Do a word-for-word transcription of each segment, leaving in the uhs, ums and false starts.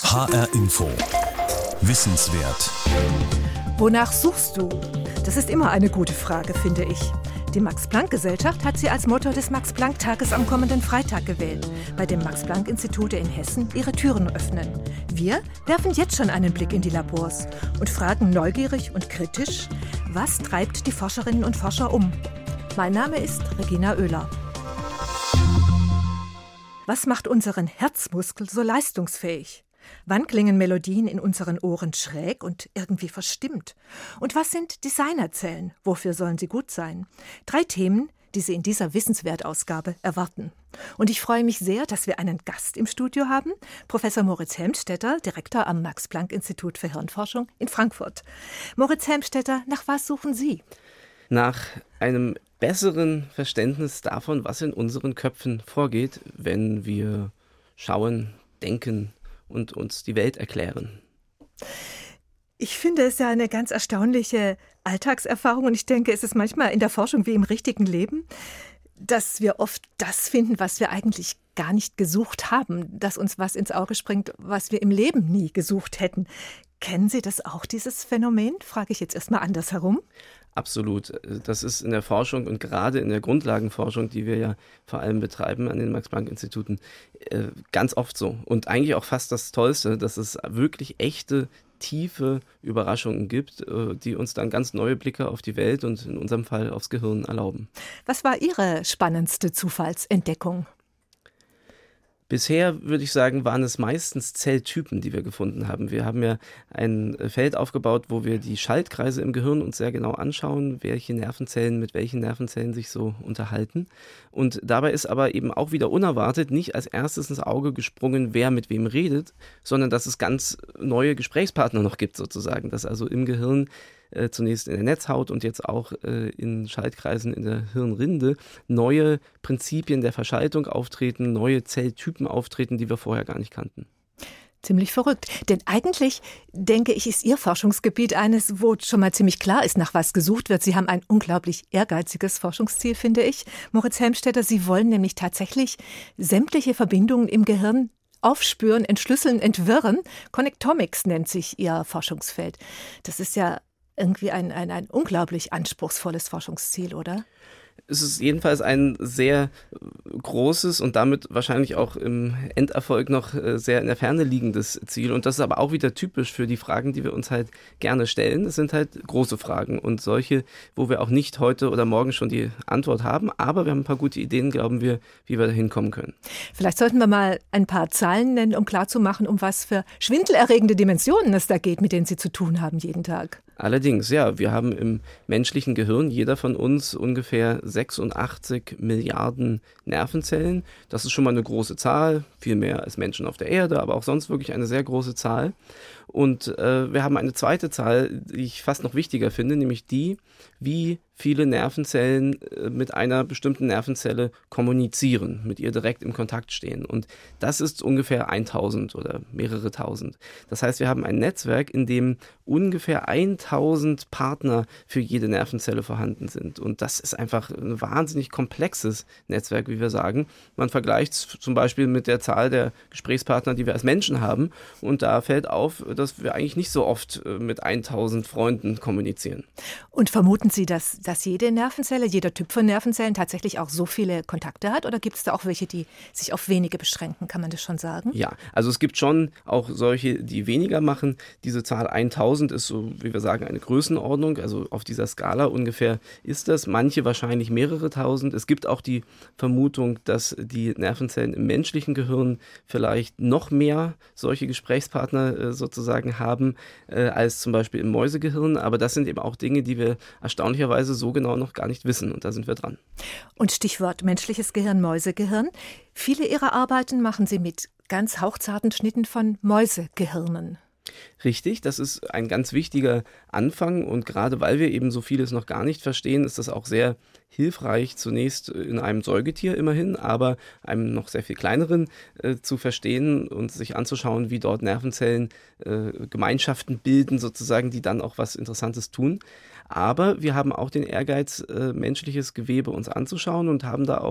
H R Info. Wissenswert. Wonach suchst du? Das ist immer eine gute Frage, finde ich. Die Max-Planck-Gesellschaft hat sie als Motto des Max-Planck-Tages am kommenden Freitag gewählt, bei dem Max-Planck-Institute in Hessen ihre Türen öffnen. Wir werfen jetzt schon einen Blick in die Labors und fragen neugierig und kritisch, was treibt die Forscherinnen und Forscher um? Mein Name ist Regina Oehler. Was macht unseren Herzmuskel so leistungsfähig? Wann klingen Melodien in unseren Ohren schräg und irgendwie verstimmt? Und was sind Designerzellen? Wofür sollen sie gut sein? Drei Themen, die Sie in dieser Wissenswertausgabe erwarten. Und ich freue mich sehr, dass wir einen Gast im Studio haben, Professor Moritz Helmstetter, Direktor am Max-Planck-Institut für Hirnforschung in Frankfurt. Moritz Helmstetter, nach was suchen Sie? Nach einem besseren Verständnis davon, was in unseren Köpfen vorgeht, wenn wir schauen, denken und uns die Welt erklären. Ich finde es ja eine ganz erstaunliche Alltagserfahrung und ich denke, es ist manchmal in der Forschung wie im richtigen Leben, dass wir oft das finden, was wir eigentlich gar nicht gesucht haben, dass uns was ins Auge springt, was wir im Leben nie gesucht hätten. Kennen Sie das auch, dieses Phänomen? Frage ich jetzt erstmal andersherum. Absolut. Das ist in der Forschung und gerade in der Grundlagenforschung, die wir ja vor allem betreiben an den Max-Planck-Instituten, ganz oft so. Und eigentlich auch fast das Tollste, dass es wirklich echte, tiefe Überraschungen gibt, die uns dann ganz neue Blicke auf die Welt und in unserem Fall aufs Gehirn erlauben. Was war Ihre spannendste Zufallsentdeckung? Bisher, würde ich sagen, waren es meistens Zelltypen, die wir gefunden haben. Wir haben ja ein Feld aufgebaut, wo wir die Schaltkreise im Gehirn uns sehr genau anschauen, welche Nervenzellen mit welchen Nervenzellen sich so unterhalten. Und dabei ist aber eben auch wieder unerwartet nicht als erstes ins Auge gesprungen, wer mit wem redet, sondern dass es ganz neue Gesprächspartner noch gibt sozusagen, dass also im Gehirn Äh, zunächst in der Netzhaut und jetzt auch äh, in Schaltkreisen in der Hirnrinde neue Prinzipien der Verschaltung auftreten, neue Zelltypen auftreten, die wir vorher gar nicht kannten. Ziemlich verrückt. Denn eigentlich, denke ich, ist Ihr Forschungsgebiet eines, wo schon mal ziemlich klar ist, nach was gesucht wird. Sie haben ein unglaublich ehrgeiziges Forschungsziel, finde ich. Moritz Helmstetter, Sie wollen nämlich tatsächlich sämtliche Verbindungen im Gehirn aufspüren, entschlüsseln, entwirren. Connectomics nennt sich Ihr Forschungsfeld. Das ist ja irgendwie ein, ein, ein unglaublich anspruchsvolles Forschungsziel, oder? Es ist jedenfalls ein sehr großes und damit wahrscheinlich auch im Enderfolg noch sehr in der Ferne liegendes Ziel. Und das ist aber auch wieder typisch für die Fragen, die wir uns halt gerne stellen. Das sind halt große Fragen und solche, wo wir auch nicht heute oder morgen schon die Antwort haben. Aber wir haben ein paar gute Ideen, glauben wir, wie wir da hinkommen können. Vielleicht sollten wir mal ein paar Zahlen nennen, um klarzumachen, um was für schwindelerregende Dimensionen es da geht, mit denen Sie zu tun haben jeden Tag. Allerdings, ja, wir haben im menschlichen Gehirn, jeder von uns, ungefähr sechsundachtzig Milliarden Nervenzellen. Das ist schon mal eine große Zahl, viel mehr als Menschen auf der Erde, aber auch sonst wirklich eine sehr große Zahl. Und äh, wir haben eine zweite Zahl, die ich fast noch wichtiger finde, nämlich die, wie viele Nervenzellen äh, mit einer bestimmten Nervenzelle kommunizieren, mit ihr direkt im Kontakt stehen. Und das ist ungefähr tausend oder mehrere tausend. Das heißt, wir haben ein Netzwerk, in dem ungefähr tausend Partner für jede Nervenzelle vorhanden sind. Und das ist einfach ein wahnsinnig komplexes Netzwerk, wie wir sagen. Man vergleicht es zum Beispiel mit der Zahl der Gesprächspartner, die wir als Menschen haben. Und da fällt auf, dass wir eigentlich nicht so oft mit tausend Freunden kommunizieren. Und vermuten Sie, dass, dass jede Nervenzelle, jeder Typ von Nervenzellen tatsächlich auch so viele Kontakte hat? Oder gibt es da auch welche, die sich auf wenige beschränken? Kann man das schon sagen? Ja, also es gibt schon auch solche, die weniger machen. Diese Zahl tausend ist so, wie wir sagen, eine Größenordnung. Also auf dieser Skala ungefähr ist das. Manche wahrscheinlich mehrere tausend. Es gibt auch die Vermutung, dass die Nervenzellen im menschlichen Gehirn vielleicht noch mehr solche Gesprächspartner äh, sozusagen haben, äh, als zum Beispiel im Mäusegehirn. Aber das sind eben auch Dinge, die wir erstaunlicherweise so genau noch gar nicht wissen. Und da sind wir dran. Und Stichwort menschliches Gehirn, Mäusegehirn. Viele Ihrer Arbeiten machen Sie mit ganz hauchzarten Schnitten von Mäusegehirnen. Richtig, das ist ein ganz wichtiger Anfang und gerade weil wir eben so vieles noch gar nicht verstehen, ist das auch sehr hilfreich, zunächst in einem Säugetier immerhin, aber einem noch sehr viel kleineren äh, zu verstehen und sich anzuschauen, wie dort Nervenzellen äh, Gemeinschaften bilden, sozusagen, die dann auch was Interessantes tun. Aber wir haben auch den Ehrgeiz, äh, menschliches Gewebe uns anzuschauen und haben da auch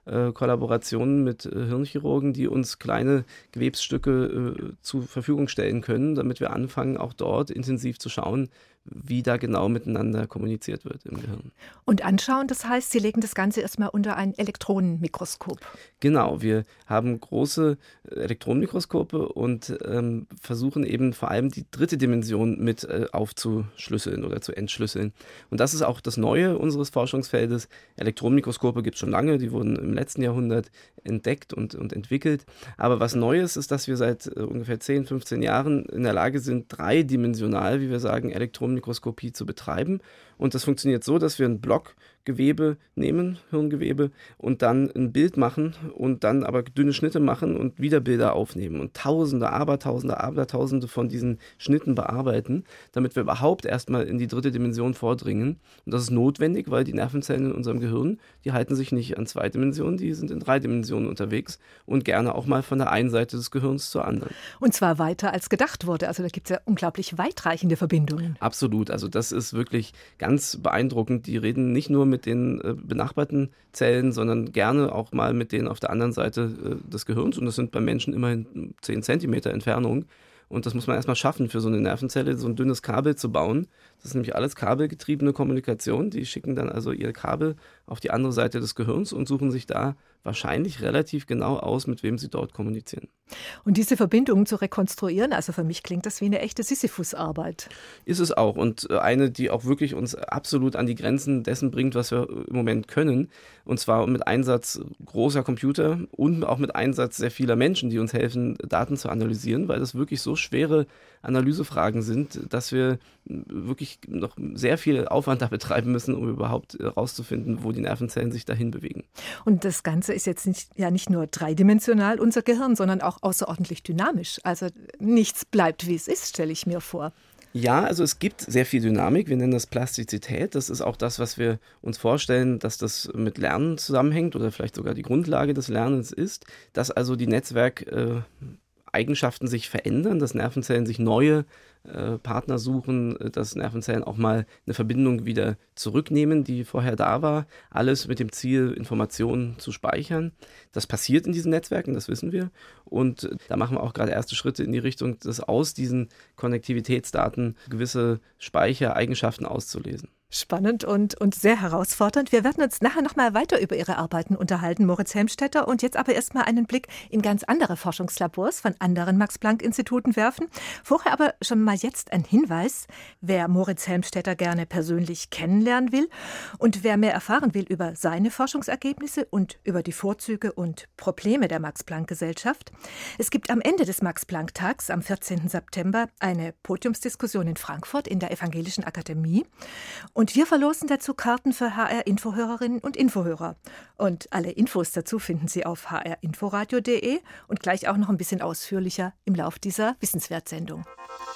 äh, Kollaborationen mit äh, Hirnchirurgen, die uns kleine Gewebsstücke äh, zur Verfügung stellen können, damit wir anfangen, auch dort intensiv zu schauen, wie da genau miteinander kommuniziert wird im Gehirn. Und anschauen, das heißt, Sie legen das Ganze erstmal unter ein Elektronenmikroskop. Genau, wir haben große Elektronenmikroskope und ähm, versuchen eben vor allem die dritte Dimension mit äh, aufzuschlüsseln oder zu entschlüsseln. Und das ist auch das Neue unseres Forschungsfeldes. Elektronenmikroskope gibt es schon lange, die wurden im letzten Jahrhundert entdeckt und, und entwickelt. Aber was Neues ist, dass wir seit äh, ungefähr zehn, fünfzehn Jahren in der Lage sind, dreidimensional, wie wir sagen, Elektronenmikroskopie zu betreiben. Und das funktioniert so, dass wir ein Blockgewebe nehmen, Hirngewebe, und dann ein Bild machen und dann aber dünne Schnitte machen und wieder Bilder aufnehmen und Tausende, Abertausende, Abertausende von diesen Schnitten bearbeiten, damit wir überhaupt erstmal in die dritte Dimension vordringen. Und das ist notwendig, weil die Nervenzellen in unserem Gehirn, die halten sich nicht an zwei Dimensionen, die sind in drei Dimensionen unterwegs und gerne auch mal von der einen Seite des Gehirns zur anderen. Und zwar weiter als gedacht wurde. Also da gibt es ja unglaublich weitreichende Verbindungen. Absolut. Also das ist wirklich ganz beeindruckend. Die reden nicht nur mit den äh, benachbarten Zellen, sondern gerne auch mal mit denen auf der anderen Seite äh, des Gehirns. Und das sind bei Menschen immerhin zehn Zentimeter Entfernung. Und das muss man erstmal schaffen, für so eine Nervenzelle so ein dünnes Kabel zu bauen. Das ist nämlich alles kabelgetriebene Kommunikation. Die schicken dann also ihr Kabel auf die andere Seite des Gehirns und suchen sich da wahrscheinlich relativ genau aus, mit wem sie dort kommunizieren. Und diese Verbindungen zu rekonstruieren, also für mich klingt das wie eine echte Sisyphus-Arbeit. Ist es auch, und eine, die auch wirklich uns absolut an die Grenzen dessen bringt, was wir im Moment können. Und zwar mit Einsatz großer Computer und auch mit Einsatz sehr vieler Menschen, die uns helfen, Daten zu analysieren, weil das wirklich so schwere Analysefragen sind, dass wir wirklich noch sehr viel Aufwand da betreiben müssen, um überhaupt herauszufinden, wo die Nervenzellen sich dahin bewegen. Und das Ganze ist jetzt nicht, ja nicht nur dreidimensional, unser Gehirn, sondern auch außerordentlich dynamisch. Also nichts bleibt, wie es ist, stelle ich mir vor. Ja, also es gibt sehr viel Dynamik, wir nennen das Plastizität. Das ist auch das, was wir uns vorstellen, dass das mit Lernen zusammenhängt oder vielleicht sogar die Grundlage des Lernens ist, dass also die Netzwerk äh, Eigenschaften sich verändern, dass Nervenzellen sich neue äh, Partner suchen, dass Nervenzellen auch mal eine Verbindung wieder zurücknehmen, die vorher da war. Alles mit dem Ziel, Informationen zu speichern. Das passiert in diesen Netzwerken, das wissen wir. Und da machen wir auch gerade erste Schritte in die Richtung, dass aus diesen Konnektivitätsdaten gewisse Speichereigenschaften auszulesen. Spannend und, und sehr herausfordernd. Wir werden uns nachher noch mal weiter über Ihre Arbeiten unterhalten, Moritz Helmstetter. Und jetzt aber erstmal einen Blick in ganz andere Forschungslabors von anderen Max-Planck-Instituten werfen. Vorher aber schon mal jetzt ein Hinweis, wer Moritz Helmstetter gerne persönlich kennenlernen will und wer mehr erfahren will über seine Forschungsergebnisse und über die Vorzüge und Probleme der Max-Planck-Gesellschaft. Es gibt am Ende des Max-Planck-Tags am vierzehnten September eine Podiumsdiskussion in Frankfurt in der Evangelischen Akademie. Und wir verlosen dazu Karten für H R-Infohörerinnen und Infohörer. Und alle Infos dazu finden Sie auf h r inforadio punkt d e und gleich auch noch ein bisschen ausführlicher im Lauf dieser Wissenswertsendung.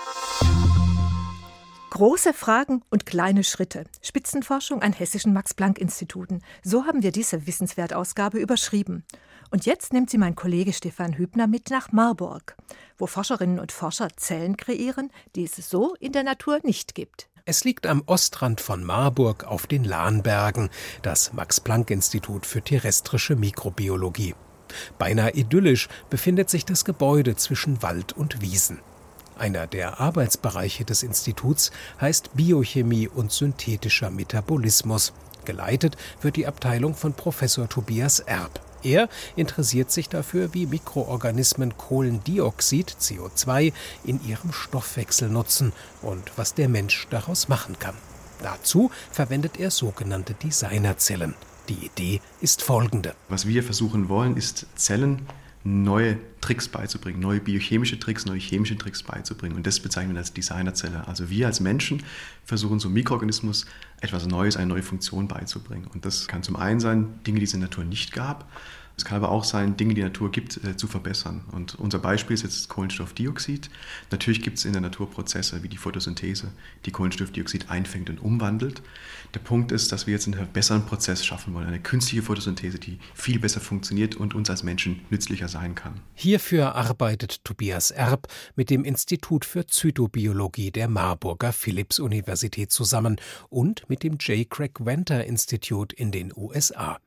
Große Fragen und kleine Schritte. Spitzenforschung an hessischen Max-Planck-Instituten. So haben wir diese Wissenswertausgabe überschrieben. Und jetzt nimmt sie mein Kollege Stefan Hübner mit nach Marburg, wo Forscherinnen und Forscher Zellen kreieren, die es so in der Natur nicht gibt. Es liegt am Ostrand von Marburg auf den Lahnbergen, das Max-Planck-Institut für terrestrische Mikrobiologie. Beinahe idyllisch befindet sich das Gebäude zwischen Wald und Wiesen. Einer der Arbeitsbereiche des Instituts heißt Biochemie und synthetischer Metabolismus. Geleitet wird die Abteilung von Professor Tobias Erb. Er interessiert sich dafür, wie Mikroorganismen Kohlendioxid, C O zwei, in ihrem Stoffwechsel nutzen und was der Mensch daraus machen kann. Dazu verwendet er sogenannte Designerzellen. Die Idee ist folgende. Was wir versuchen wollen, ist Zellen neue Tricks beizubringen, neue biochemische Tricks, neue chemische Tricks beizubringen. Und das bezeichnen wir als Designerzelle. Also wir als Menschen versuchen so einem Mikroorganismus etwas Neues, eine neue Funktion beizubringen. Und das kann zum einen sein, Dinge, die es in der Natur nicht gab. Es kann aber auch sein, Dinge, die die Natur gibt, äh, zu verbessern. Und unser Beispiel ist jetzt Kohlenstoffdioxid. Natürlich gibt es in der Natur Prozesse wie die Photosynthese, die Kohlenstoffdioxid einfängt und umwandelt. Der Punkt ist, dass wir jetzt einen besseren Prozess schaffen wollen, eine künstliche Photosynthese, die viel besser funktioniert und uns als Menschen nützlicher sein kann. Hierfür arbeitet Tobias Erb mit dem Institut für Zytobiologie der Marburger Philipps-Universität zusammen und mit dem J. Craig Venter Institute in den U S A.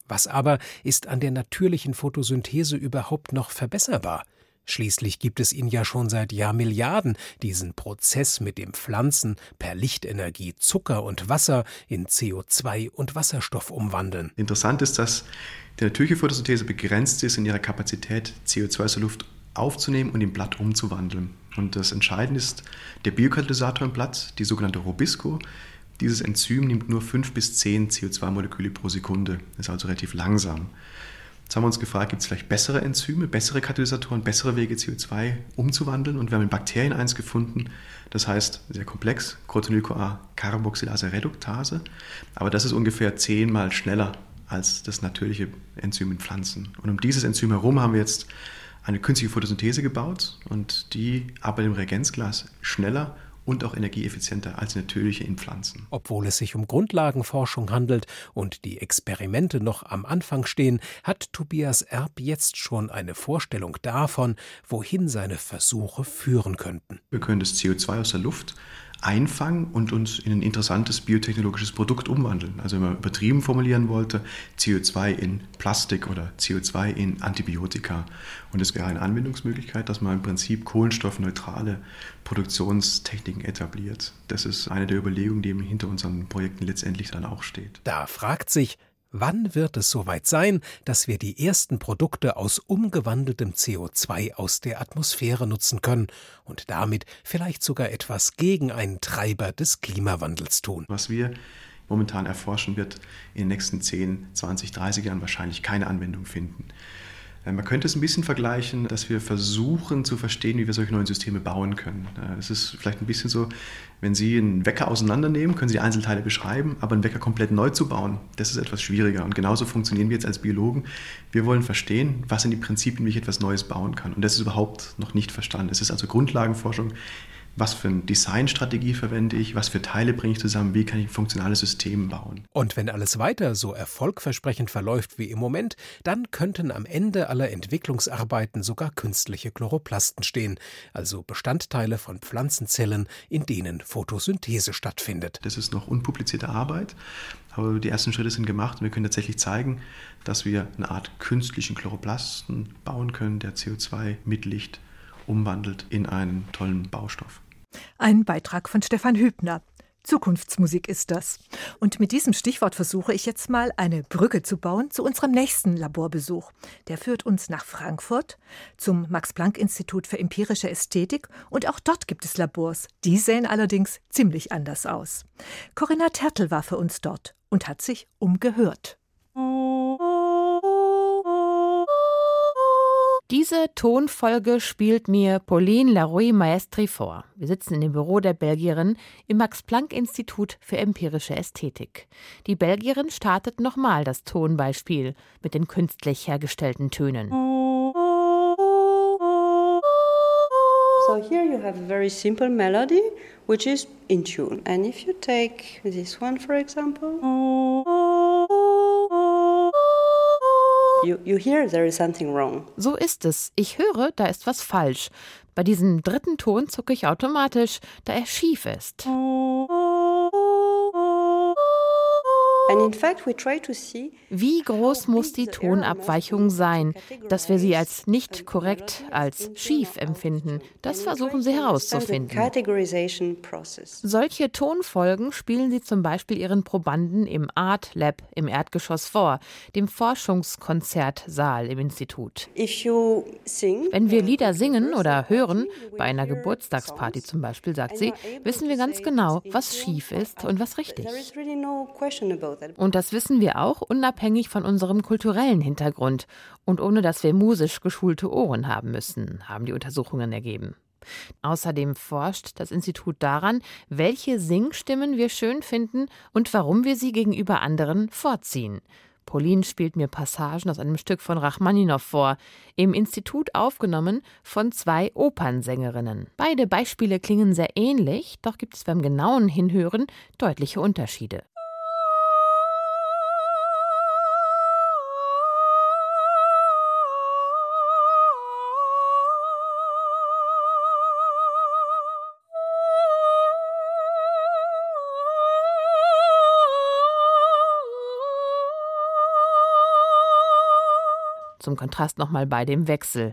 Was aber ist an der natürlichen Photosynthese überhaupt noch verbesserbar? Schließlich gibt es ihn ja schon seit Jahrmilliarden, diesen Prozess, mit dem Pflanzen per Lichtenergie Zucker und Wasser in C O zwei und Wasserstoff umwandeln. Interessant ist, dass die natürliche Photosynthese begrenzt ist in ihrer Kapazität, C O zwei aus der Luft aufzunehmen und im Blatt umzuwandeln. Und das Entscheidende ist der Biokatalysator im Blatt, die sogenannte Robisco. Dieses Enzym nimmt nur fünf bis zehn C O zwei Moleküle pro Sekunde, ist also relativ langsam. Jetzt haben wir uns gefragt, gibt es vielleicht bessere Enzyme, bessere Katalysatoren, bessere Wege, C O zwei umzuwandeln? Und wir haben in Bakterien eins gefunden, das heißt sehr komplex, Crotonil-CoA-Carboxylase-Reduktase. Aber das ist ungefähr zehnmal schneller als das natürliche Enzym in Pflanzen. Und um dieses Enzym herum haben wir jetzt eine künstliche Photosynthese gebaut und die arbeitet im Reagenzglas schneller und auch energieeffizienter als natürliche in Pflanzen. Obwohl es sich um Grundlagenforschung handelt und die Experimente noch am Anfang stehen, hat Tobias Erb jetzt schon eine Vorstellung davon, wohin seine Versuche führen könnten. Wir können das C O zwei aus der Luft einfangen und uns in ein interessantes biotechnologisches Produkt umwandeln. Also wenn man übertrieben formulieren wollte, C O zwei in Plastik oder C O zwei in Antibiotika. Und es wäre eine Anwendungsmöglichkeit, dass man im Prinzip kohlenstoffneutrale Produktionstechniken etabliert. Das ist eine der Überlegungen, die hinter unseren Projekten letztendlich dann auch steht. Da fragt sich, wann wird es soweit sein, dass wir die ersten Produkte aus umgewandeltem C O zwei aus der Atmosphäre nutzen können und damit vielleicht sogar etwas gegen einen Treiber des Klimawandels tun? Was wir momentan erforschen, wird in den nächsten zehn, zwanzig, dreißig Jahren wahrscheinlich keine Anwendung finden. Man könnte es ein bisschen vergleichen, dass wir versuchen zu verstehen, wie wir solche neuen Systeme bauen können. Es ist vielleicht ein bisschen so, wenn Sie einen Wecker auseinandernehmen, können Sie die Einzelteile beschreiben, aber einen Wecker komplett neu zu bauen, das ist etwas schwieriger. Und genauso funktionieren wir jetzt als Biologen. Wir wollen verstehen, was sind die Prinzipien, wie ich etwas Neues bauen kann. Und das ist überhaupt noch nicht verstanden. Es ist also Grundlagenforschung. Was für eine Designstrategie verwende ich, was für Teile bringe ich zusammen, wie kann ich ein funktionales System bauen. Und wenn alles weiter so erfolgversprechend verläuft wie im Moment, dann könnten am Ende aller Entwicklungsarbeiten sogar künstliche Chloroplasten stehen, also Bestandteile von Pflanzenzellen, in denen Photosynthese stattfindet. Das ist noch unpublizierte Arbeit, aber die ersten Schritte sind gemacht und wir können tatsächlich zeigen, dass wir eine Art künstlichen Chloroplasten bauen können, der C O zwei mit Licht umwandelt in einen tollen Baustoff. Ein Beitrag von Stefan Hübner. Zukunftsmusik ist das. Und mit diesem Stichwort versuche ich jetzt mal eine Brücke zu bauen zu unserem nächsten Laborbesuch. Der führt uns nach Frankfurt zum Max-Planck-Institut für empirische Ästhetik und auch dort gibt es Labors. Die sehen allerdings ziemlich anders aus. Corinna Tertel war für uns dort und hat sich umgehört. Diese Tonfolge spielt mir Pauline Larouille Maestri vor. Wir sitzen in dem Büro der Belgierin im Max-Planck-Institut für empirische Ästhetik. Die Belgierin startet nochmal das Tonbeispiel mit den künstlich hergestellten Tönen. So here you have a very simple melody, which is in tune. And if you take this one, for example, You, you hear there is something wrong. So ist es. Ich höre, da ist was falsch. Bei diesem dritten Ton zucke ich automatisch, da er schief ist. And in fact, we try to see Wie groß muss die Tonabweichung sein, dass wir sie als nicht korrekt, als schief empfinden? Das versuchen sie herauszufinden. Solche Tonfolgen spielen sie zum Beispiel ihren Probanden im Art Lab im Erdgeschoss vor, dem Forschungskonzertsaal im Institut. Wenn wir Lieder singen oder hören, bei einer Geburtstagsparty zum Beispiel, sagt sie, wissen wir ganz genau, was schief ist und was richtig. Und das wissen wir auch unabhängig von unserem kulturellen Hintergrund und ohne dass wir musisch geschulte Ohren haben müssen, haben die Untersuchungen ergeben. Außerdem forscht das Institut daran, welche Singstimmen wir schön finden und warum wir sie gegenüber anderen vorziehen. Pauline spielt mir Passagen aus einem Stück von Rachmaninow vor, im Institut aufgenommen von zwei Opernsängerinnen. Beide Beispiele klingen sehr ähnlich, doch gibt es beim genauen Hinhören deutliche Unterschiede. zum Kontrast nochmal bei dem Wechsel.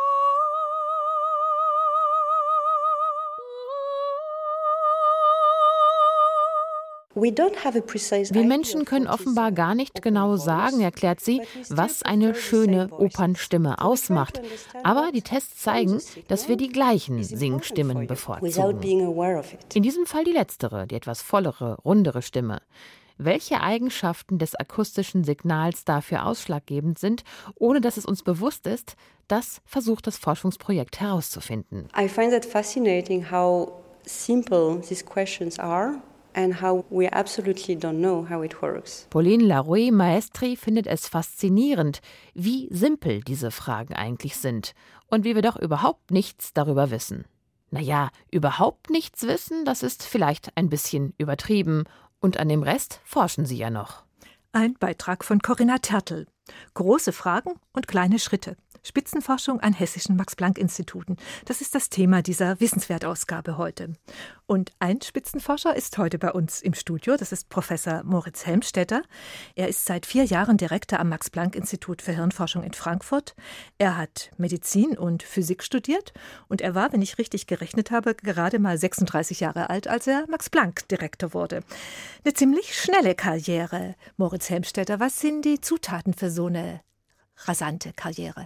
Wir Menschen können offenbar gar nicht genau sagen, erklärt sie, was eine schöne Opernstimme ausmacht. Aber die Tests zeigen, dass wir die gleichen Singstimmen bevorzugen. In diesem Fall die letztere, die etwas vollere, rundere Stimme. Welche Eigenschaften des akustischen Signals dafür ausschlaggebend sind, ohne dass es uns bewusst ist, das versucht das Forschungsprojekt herauszufinden. I find it fascinating how simple these questions are. And how we absolutely don't know how it works. Pauline Larouille-Maestri findet es faszinierend, wie simpel diese Fragen eigentlich sind und wie wir doch überhaupt nichts darüber wissen. Naja, überhaupt nichts wissen, das ist vielleicht ein bisschen übertrieben. Und an dem Rest forschen sie ja noch. Ein Beitrag von Corinna Tertel. Große Fragen und kleine Schritte. Spitzenforschung an hessischen Max-Planck-Instituten. Das ist das Thema dieser Wissenswertausgabe heute. Und ein Spitzenforscher ist heute bei uns im Studio. Das ist Professor Moritz Helmstetter. Er ist seit vier Jahren Direktor am Max-Planck-Institut für Hirnforschung in Frankfurt. Er hat Medizin und Physik studiert und er war, wenn ich richtig gerechnet habe, gerade mal sechsunddreißig Jahre alt, als er Max-Planck-Direktor wurde. Eine ziemlich schnelle Karriere. Moritz Helmstetter, was sind die Zutaten für so eine rasante Karriere?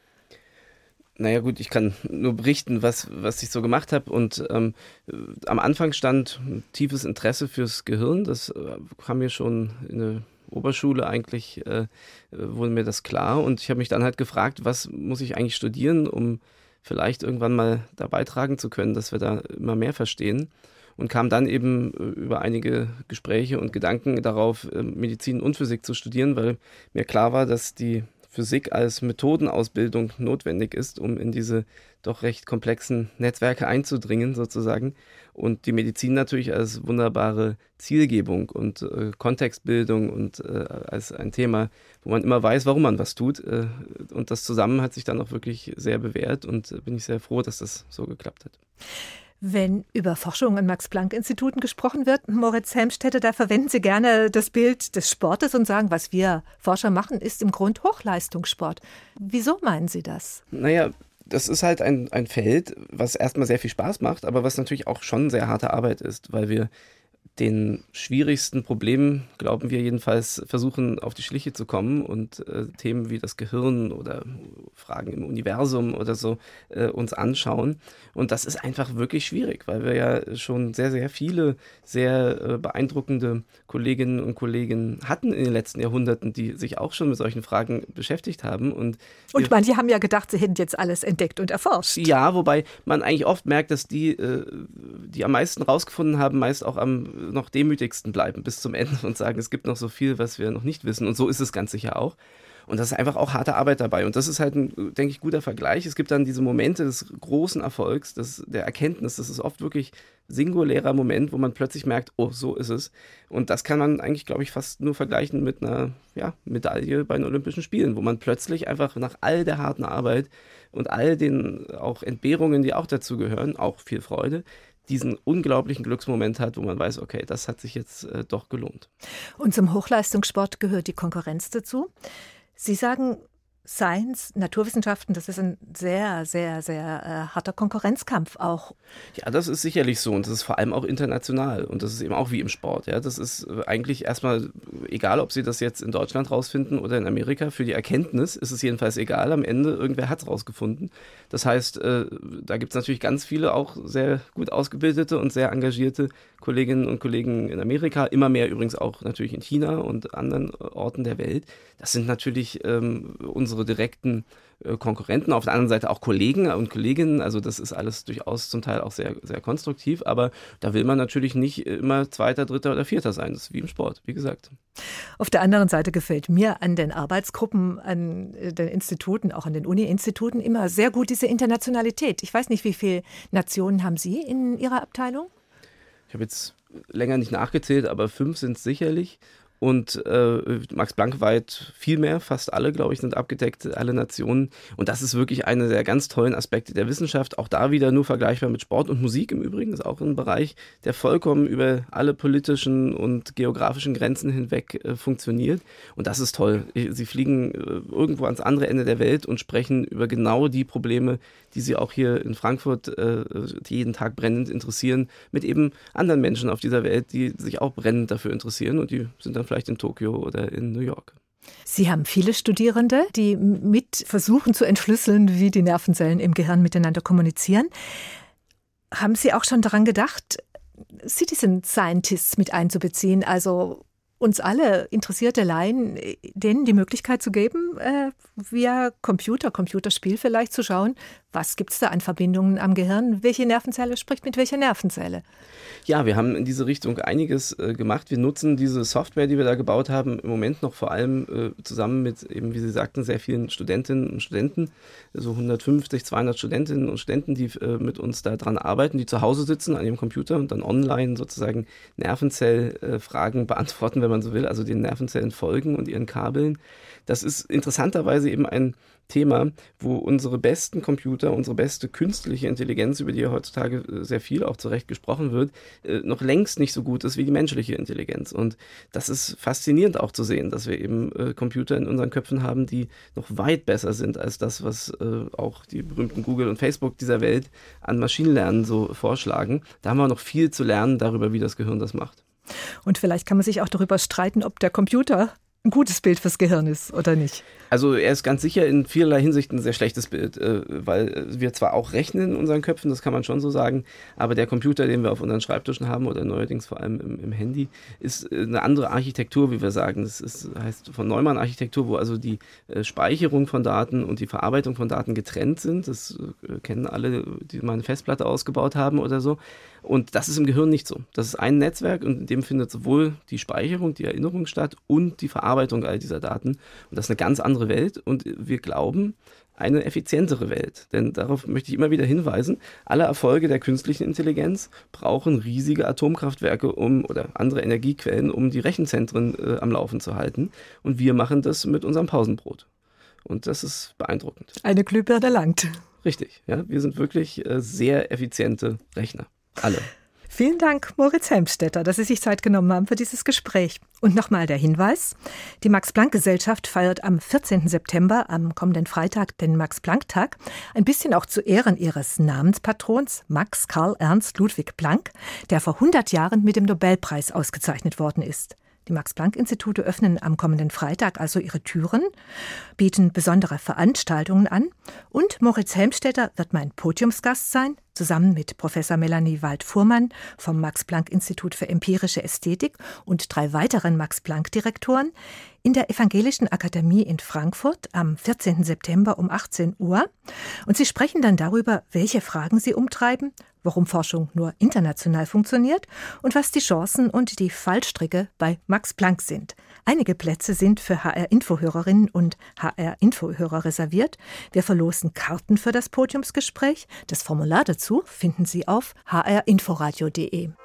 Naja gut, ich kann nur berichten, was, was ich so gemacht habe. Und ähm, am Anfang stand ein tiefes Interesse fürs Gehirn. Das äh, kam mir schon in der Oberschule eigentlich, äh, wurde mir das klar. Und ich habe mich dann halt gefragt, was muss ich eigentlich studieren, um vielleicht irgendwann mal da beitragen zu können, dass wir da immer mehr verstehen. Und kam dann eben über einige Gespräche und Gedanken darauf, Medizin und Physik zu studieren, weil mir klar war, dass die Physik als Methodenausbildung notwendig ist, um in diese doch recht komplexen Netzwerke einzudringen sozusagen. Und die Medizin natürlich als wunderbare Zielgebung und äh, Kontextbildung und äh, als ein Thema, wo man immer weiß, warum man was tut. Äh, und das zusammen hat sich dann auch wirklich sehr bewährt und äh, bin ich sehr froh, dass das so geklappt hat. Wenn über Forschung an Max-Planck-Instituten gesprochen wird, Moritz Helmstetter, da verwenden Sie gerne das Bild des Sportes und sagen, was wir Forscher machen, ist im Grund Hochleistungssport. Wieso meinen Sie das? Naja, das ist halt ein, ein Feld, was erstmal sehr viel Spaß macht, aber was natürlich auch schon sehr harte Arbeit ist, weil wir den schwierigsten Problemen, glauben wir jedenfalls, versuchen auf die Schliche zu kommen und äh, Themen wie das Gehirn oder Fragen im Universum oder so äh, uns anschauen. Und das ist einfach wirklich schwierig, weil wir ja schon sehr, sehr viele sehr äh, beeindruckende Kolleginnen und Kollegen hatten in den letzten Jahrhunderten, die sich auch schon mit solchen Fragen beschäftigt haben. Und, und manche haben ja gedacht, sie hätten jetzt alles entdeckt und erforscht. Ja, wobei man eigentlich oft merkt, dass die, äh, die am meisten rausgefunden haben, meist auch am noch demütigsten bleiben bis zum Ende und sagen, es gibt noch so viel, was wir noch nicht wissen. Und so ist es ganz sicher auch. Und das ist einfach auch harte Arbeit dabei. Und das ist halt ein, denke ich, guter Vergleich. Es gibt dann diese Momente des großen Erfolgs, des, der Erkenntnis. Das ist oft wirklich ein singulärer Moment, wo man plötzlich merkt, oh, so ist es. Und das kann man eigentlich, glaube ich, fast nur vergleichen mit einer ja, Medaille bei den Olympischen Spielen, wo man plötzlich einfach nach all der harten Arbeit und all den auch Entbehrungen, die auch dazu gehören, auch viel Freude, diesen unglaublichen Glücksmoment hat, wo man weiß, okay, das hat sich jetzt äh, doch gelohnt. Und zum Hochleistungssport gehört die Konkurrenz dazu. Sie sagen, Science, Naturwissenschaften, das ist ein sehr, sehr, sehr äh, harter Konkurrenzkampf auch. Ja, das ist sicherlich so und das ist vor allem auch international und das ist eben auch wie im Sport. Ja, das ist eigentlich erstmal egal, ob Sie das jetzt in Deutschland rausfinden oder in Amerika. Für die Erkenntnis ist es jedenfalls egal. Am Ende, irgendwer hat es rausgefunden. Das heißt, äh, da gibt es natürlich ganz viele auch sehr gut ausgebildete und sehr engagierte Kolleginnen und Kollegen in Amerika, immer mehr übrigens auch natürlich in China und anderen Orten der Welt. Das sind natürlich ähm, unsere direkten äh, Konkurrenten, auf der anderen Seite auch Kollegen und Kolleginnen, also das ist alles durchaus zum Teil auch sehr, sehr konstruktiv, aber da will man natürlich nicht immer Zweiter, Dritter oder Vierter sein, das ist wie im Sport, wie gesagt. Auf der anderen Seite gefällt mir an den Arbeitsgruppen, an den Instituten, auch an den Uni-Instituten immer sehr gut diese Internationalität. Ich weiß nicht, wie viele Nationen haben Sie in Ihrer Abteilung? Ich habe jetzt länger nicht nachgezählt, aber fünf sind es sicherlich. Und äh, Max Planck weit viel mehr, fast alle, glaube ich, sind abgedeckt, alle Nationen. Und das ist wirklich einer der ganz tollen Aspekte der Wissenschaft. Auch da wieder nur vergleichbar mit Sport und Musik im Übrigen. Ist auch ein Bereich, der vollkommen über alle politischen und geografischen Grenzen hinweg äh, funktioniert. Und das ist toll. Sie fliegen äh, irgendwo ans andere Ende der Welt und sprechen über genau die Probleme, die sie auch hier in Frankfurt äh, jeden Tag brennend interessieren, mit eben anderen Menschen auf dieser Welt, die sich auch brennend dafür interessieren. Und die sind dann vielleicht in Tokio oder in New York. Sie haben viele Studierende, die mit versuchen zu entschlüsseln, wie die Nervenzellen im Gehirn miteinander kommunizieren. Haben Sie auch schon daran gedacht, Citizen Scientists mit einzubeziehen, also uns alle interessierte Laien, denen die Möglichkeit zu geben, äh, via Computer, Computerspiel vielleicht zu schauen, was gibt es da an Verbindungen am Gehirn, welche Nervenzelle spricht mit welcher Nervenzelle? Ja, wir haben in diese Richtung einiges äh, gemacht. Wir nutzen diese Software, die wir da gebaut haben, im Moment noch vor allem äh, zusammen mit, eben wie Sie sagten, sehr vielen Studentinnen und Studenten, so hundertfünfzig, zweihundert Studentinnen und Studenten, die äh, mit uns da dran arbeiten, die zu Hause sitzen an ihrem Computer und dann online sozusagen Nervenzellfragen äh, beantworten, wenn man so will, also den Nervenzellen folgen und ihren Kabeln. Das ist interessanterweise eben ein Thema, wo unsere besten Computer, unsere beste künstliche Intelligenz, über die ja heutzutage sehr viel auch zu Recht gesprochen wird, noch längst nicht so gut ist wie die menschliche Intelligenz. Und das ist faszinierend auch zu sehen, dass wir eben Computer in unseren Köpfen haben, die noch weit besser sind als das, was auch die berühmten Google und Facebook dieser Welt an Maschinenlernen so vorschlagen. Da haben wir noch viel zu lernen darüber, wie das Gehirn das macht. Und vielleicht kann man sich auch darüber streiten, ob der Computer ein gutes Bild fürs Gehirn ist oder nicht. Also er ist ganz sicher in vielerlei Hinsicht ein sehr schlechtes Bild, weil wir zwar auch rechnen in unseren Köpfen, das kann man schon so sagen, aber der Computer, den wir auf unseren Schreibtischen haben oder neuerdings vor allem im, im Handy, ist eine andere Architektur, wie wir sagen. Das ist, heißt von Neumann-Architektur, wo also die Speicherung von Daten und die Verarbeitung von Daten getrennt sind. Das kennen alle, die mal eine Festplatte ausgebaut haben oder so. Und das ist im Gehirn nicht so. Das ist ein Netzwerk und in dem findet sowohl die Speicherung, die Erinnerung statt und die Verarbeitung all dieser Daten. Und das ist eine ganz andere Welt und wir glauben, eine effizientere Welt. Denn darauf möchte ich immer wieder hinweisen, alle Erfolge der künstlichen Intelligenz brauchen riesige Atomkraftwerke um oder andere Energiequellen, um die Rechenzentren äh, am Laufen zu halten. Und wir machen das mit unserem Pausenbrot. Und das ist beeindruckend. Eine Glühbirne langt. Richtig, ja. Wir sind wirklich äh, sehr effiziente Rechner. Alle. Vielen Dank, Moritz Helmstetter, dass Sie sich Zeit genommen haben für dieses Gespräch. Und nochmal der Hinweis, die Max-Planck-Gesellschaft feiert am vierzehnten September, am kommenden Freitag, den Max-Planck-Tag, ein bisschen auch zu Ehren ihres Namenspatrons Max Karl Ernst Ludwig Planck, der vor hundert Jahren mit dem Nobelpreis ausgezeichnet worden ist. Die Max-Planck-Institute öffnen am kommenden Freitag also ihre Türen, bieten besondere Veranstaltungen an und Moritz Helmstetter wird mein Podiumsgast sein, zusammen mit Professor Melanie Wald-Fuhrmann vom Max-Planck-Institut für empirische Ästhetik und drei weiteren Max-Planck-Direktoren in der Evangelischen Akademie in Frankfurt am vierzehnten September um achtzehn Uhr. Und sie sprechen dann darüber, welche Fragen sie umtreiben, warum Forschung nur international funktioniert und was die Chancen und die Fallstricke bei Max Planck sind. Einige Plätze sind für H R-Info-Hörerinnen und H R-Info-Hörer reserviert. Wir verlosen Karten für das Podiumsgespräch. Das Formular dazu finden Sie auf h r inforadio punkt d e.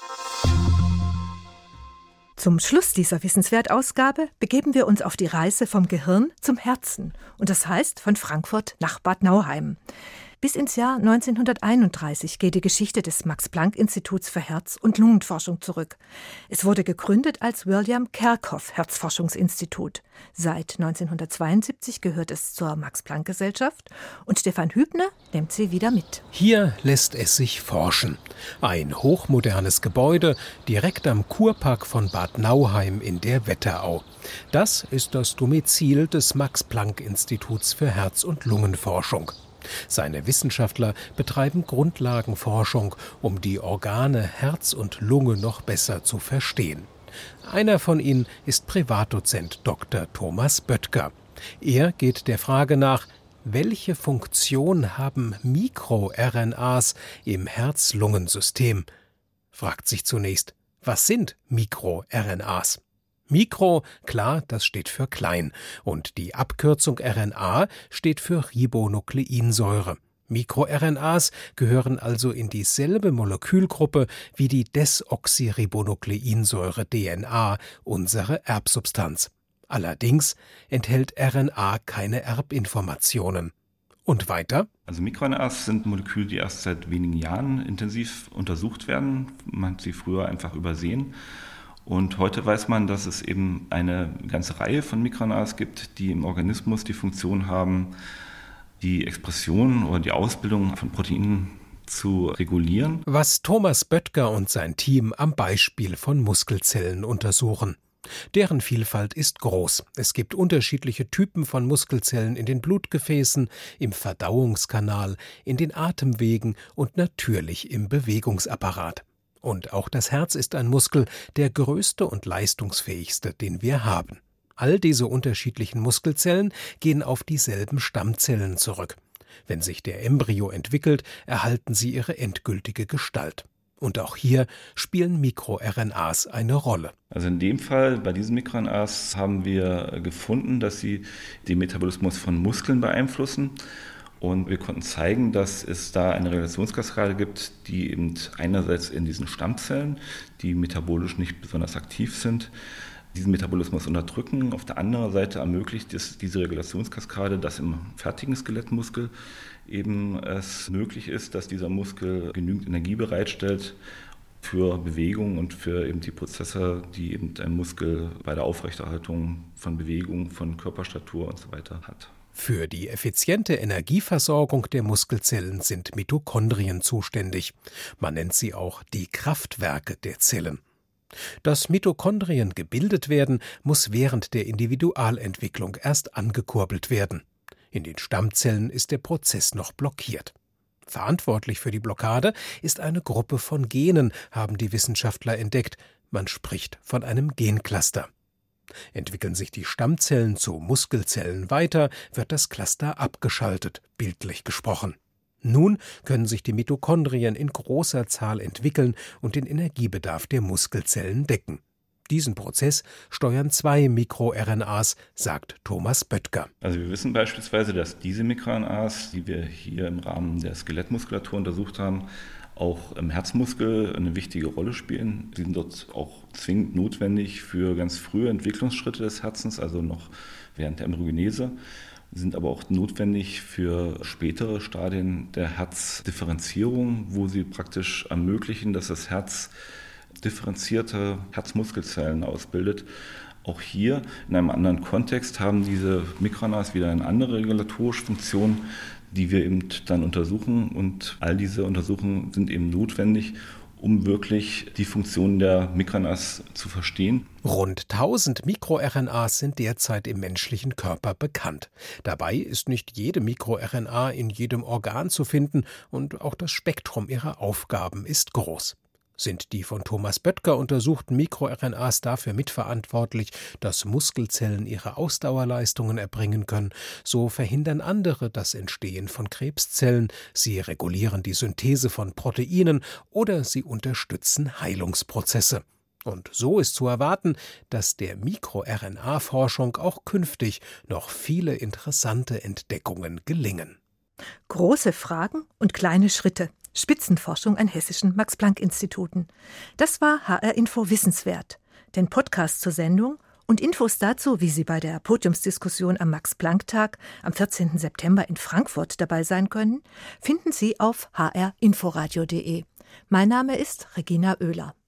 Zum Schluss dieser Wissenswert-Ausgabe begeben wir uns auf die Reise vom Gehirn zum Herzen. Und das heißt von Frankfurt nach Bad Nauheim. Bis ins Jahr neunzehnhunderteinunddreißig geht die Geschichte des Max-Planck-Instituts für Herz- und Lungenforschung zurück. Es wurde gegründet als William Kerckhoff Herzforschungsinstitut. Seit neunzehnhundertzweiundsiebzig gehört es zur Max-Planck-Gesellschaft und Stefan Hübner nimmt sie wieder mit. Hier lässt es sich forschen. Ein hochmodernes Gebäude direkt am Kurpark von Bad Nauheim in der Wetterau. Das ist das Domizil des Max-Planck-Instituts für Herz- und Lungenforschung. Seine Wissenschaftler betreiben Grundlagenforschung, um die Organe Herz und Lunge noch besser zu verstehen. Einer von ihnen ist Privatdozent Doktor Thomas Böttger. Er geht der Frage nach, welche Funktion haben MikroRNAs im Herz-Lungen-System? Fragt sich zunächst, was sind MikroRNAs? Mikro, klar, das steht für klein. Und die Abkürzung R N A steht für Ribonukleinsäure. MikroRNAs gehören also in dieselbe Molekülgruppe wie die Desoxyribonukleinsäure D N A, unsere Erbsubstanz. Allerdings enthält R N A keine Erbinformationen. Und weiter? Also MikroRNAs sind Moleküle, die erst seit wenigen Jahren intensiv untersucht werden. Man hat sie früher einfach übersehen. Und heute weiß man, dass es eben eine ganze Reihe von MikroRNAs gibt, die im Organismus die Funktion haben, die Expression oder die Ausbildung von Proteinen zu regulieren. Was Thomas Böttger und sein Team am Beispiel von Muskelzellen untersuchen. Deren Vielfalt ist groß. Es gibt unterschiedliche Typen von Muskelzellen in den Blutgefäßen, im Verdauungskanal, in den Atemwegen und natürlich im Bewegungsapparat. Und auch das Herz ist ein Muskel, der größte und leistungsfähigste, den wir haben. All diese unterschiedlichen Muskelzellen gehen auf dieselben Stammzellen zurück. Wenn sich der Embryo entwickelt, erhalten sie ihre endgültige Gestalt. Und auch hier spielen MikroRNAs eine Rolle. Also in dem Fall, bei diesen MikroRNAs haben wir gefunden, dass sie den Metabolismus von Muskeln beeinflussen. Und wir konnten zeigen, dass es da eine Regulationskaskade gibt, die eben einerseits in diesen Stammzellen, die metabolisch nicht besonders aktiv sind, diesen Metabolismus unterdrücken. Auf der anderen Seite ermöglicht es diese Regulationskaskade, dass im fertigen Skelettmuskel eben es möglich ist, dass dieser Muskel genügend Energie bereitstellt für Bewegung und für eben die Prozesse, die eben ein Muskel bei der Aufrechterhaltung von Bewegung, von Körperstatur und so weiter hat. Für die effiziente Energieversorgung der Muskelzellen sind Mitochondrien zuständig. Man nennt sie auch die Kraftwerke der Zellen. Dass Mitochondrien gebildet werden, muss während der Individualentwicklung erst angekurbelt werden. In den Stammzellen ist der Prozess noch blockiert. Verantwortlich für die Blockade ist eine Gruppe von Genen, haben die Wissenschaftler entdeckt. Man spricht von einem Gencluster. Entwickeln sich die Stammzellen zu Muskelzellen weiter, wird das Cluster abgeschaltet, bildlich gesprochen. Nun können sich die Mitochondrien in großer Zahl entwickeln und den Energiebedarf der Muskelzellen decken. Diesen Prozess steuern zwei MikroRNAs, sagt Thomas Böttger. Also wir wissen beispielsweise, dass diese MikroRNAs, die wir hier im Rahmen der Skelettmuskulatur untersucht haben, auch im Herzmuskel eine wichtige Rolle spielen. Sie sind dort auch zwingend notwendig für ganz frühe Entwicklungsschritte des Herzens, also noch während der Embryogenese, sind aber auch notwendig für spätere Stadien der Herzdifferenzierung, wo sie praktisch ermöglichen, dass das Herz differenzierte Herzmuskelzellen ausbildet. Auch hier in einem anderen Kontext haben diese MikroRNAs wieder eine andere regulatorische Funktion, die wir eben dann untersuchen. Und all diese Untersuchungen sind eben notwendig, um wirklich die Funktion der MikroRNAs zu verstehen. Rund tausend MikroRNAs sind derzeit im menschlichen Körper bekannt. Dabei ist nicht jede MikroRNA in jedem Organ zu finden und auch das Spektrum ihrer Aufgaben ist groß. Sind die von Thomas Böttger untersuchten MikroRNAs dafür mitverantwortlich, dass Muskelzellen ihre Ausdauerleistungen erbringen können, so verhindern andere das Entstehen von Krebszellen, sie regulieren die Synthese von Proteinen oder sie unterstützen Heilungsprozesse. Und so ist zu erwarten, dass der MikroRNA-Forschung auch künftig noch viele interessante Entdeckungen gelingen. Große Fragen und kleine Schritte. Spitzenforschung an hessischen Max-Planck-Instituten. Das war H R Info Wissenswert. Den Podcast zur Sendung und Infos dazu, wie Sie bei der Podiumsdiskussion am Max-Planck-Tag am vierzehnten September in Frankfurt dabei sein können, finden Sie auf h r inforadio punkt de. Mein Name ist Regina Oehler.